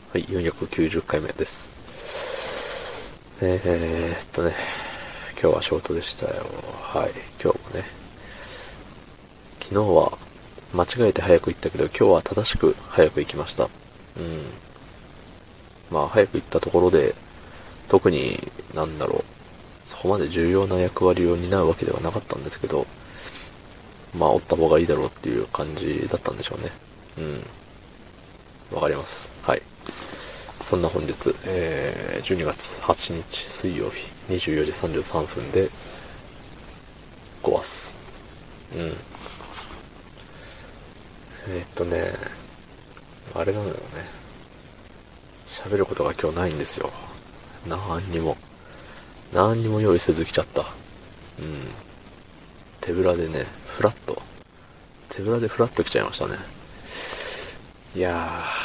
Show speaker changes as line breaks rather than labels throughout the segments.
はい、490回目です。今日はショートでしたよ。はい、今日もね、昨日は間違えて早く行ったけど、今日は正しく早く行きました。まあ、早く行ったところで、特に、そこまで重要な役割を担うわけではなかったんですけど、まあ、おった方がいいだろうっていう感じだったんでしょうね。わかります。はい。そんな本日、12月8日水曜日24時33分で5話す。あれなのよね。喋ることが今日ないんですよ。何にも用意せず来ちゃった。手ぶらでね、手ぶらでフラッと来ちゃいましたね。いや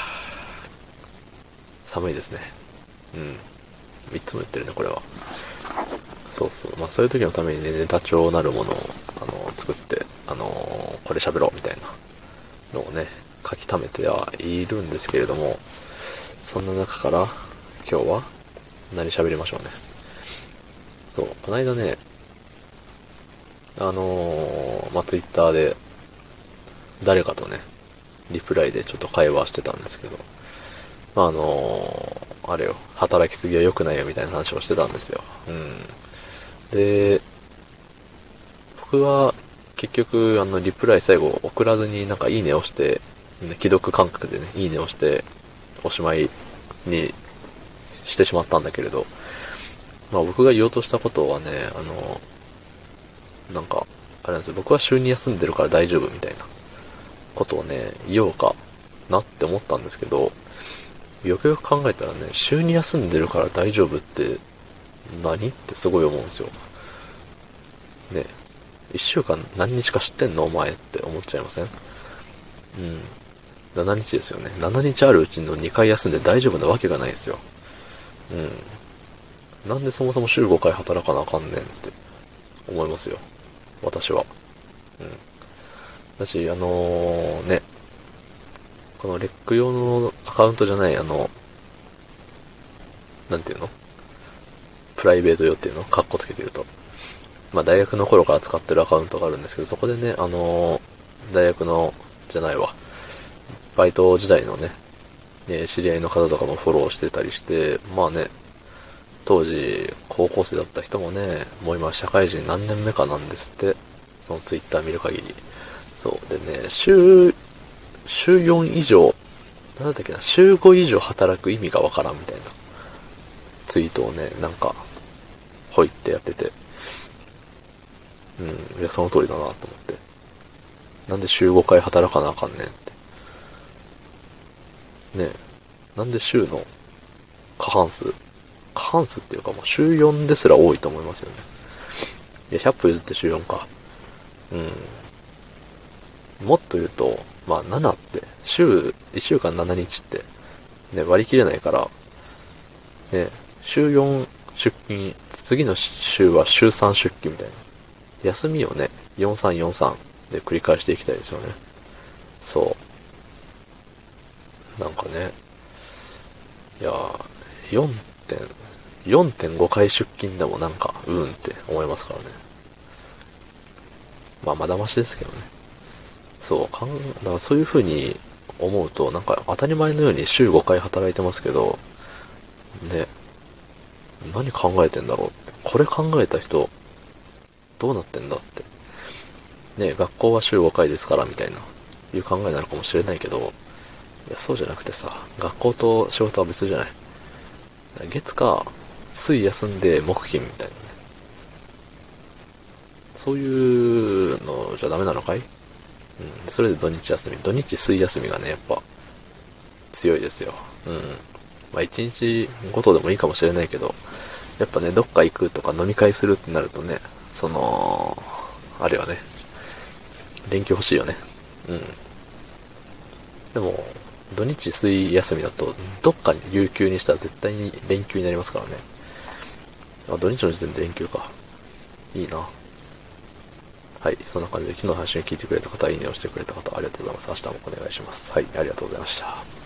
ー、寒いですね。いつも言ってるね、これは。そうそう。まあそういう時のためにね、ネタ帳なるものを、作って、これ喋ろうみたいなのをね、書き溜めてはいるんですけれども、そんな中から今日は何喋りましょうね。そう、この間ね、ツイッターで誰かとね、リプライでちょっと会話してたんですけど、あれよ、働きすぎは良くないよみたいな話をしてたんですよ。で、僕は結局リプライ最後送らずになんかいいねをして、既読感覚でね、いいねをしておしまいにしてしまったんだけれど、まあ僕が言おうとしたことはね、あれなんですよ、僕は週に休んでるから大丈夫みたいなことをね、言おうかなって思ったんですけど、よくよく考えたらね、週に休んでるから大丈夫って何ってすごい思うんですよ。ね、一週間何日か知ってんのお前って思っちゃいません？7日ですよね。7日あるうちの2回休んで大丈夫なわけがないですよ。なんでそもそも週5回働かなあかんねんって思いますよ。私は。だし、このレック用のアカウントじゃない、なんていうの？プライベート用っていうの？カッコつけてると。まあ大学の頃から使ってるアカウントがあるんですけど、そこでね、大学の、じゃないわ。バイト時代のね、知り合いの方とかもフォローしてたりして、まあね、当時高校生だった人もね、もう今社会人何年目かなんですって、そのツイッター見る限り。そうでね、週4以上、なんだっけな、週5以上働く意味がわからんみたいなツイートをね、ほいってやってて、いやその通りだなと思って、なんで週5回働かなあかんねんってね。なんで週の過半数っていうかもう週4ですら多いと思いますよね。いや、100歩譲って週4か。もっと言うと、まあ7って、1週間7日って、ね、割り切れないから、ね、週4出勤、次の週は週3出勤みたいな。休みをね、4343で繰り返していきたいですよね。そう。なんかね、いやー、4.5回出勤でもって思いますからね。まあ、まだましですけどね。そう、だからそういう風に思うと、当たり前のように週5回働いてますけど、ね、何考えてんだろうって。これ考えた人、どうなってんだって。ね、学校は週5回ですから、みたいな、いう考えなのかもしれないけど、いや、そうじゃなくてさ、学校と仕事は別じゃない。月か、水休んで木金みたいなね。そういうのじゃダメなのかい？それで土日休み。土日水休みがね、やっぱ、強いですよ。まあ一日ごとでもいいかもしれないけど、やっぱね、どっか行くとか飲み会するってなるとね、あれはね、連休欲しいよね。でも、土日水休みだと、どっかに有給にしたら絶対に連休になりますからね。土日の時点で連休か。いいな。はい、そんな感じで昨日の配信を聞いてくれた方、いいねをしてくれた方、ありがとうございます。明日もお願いします。はい、ありがとうございました。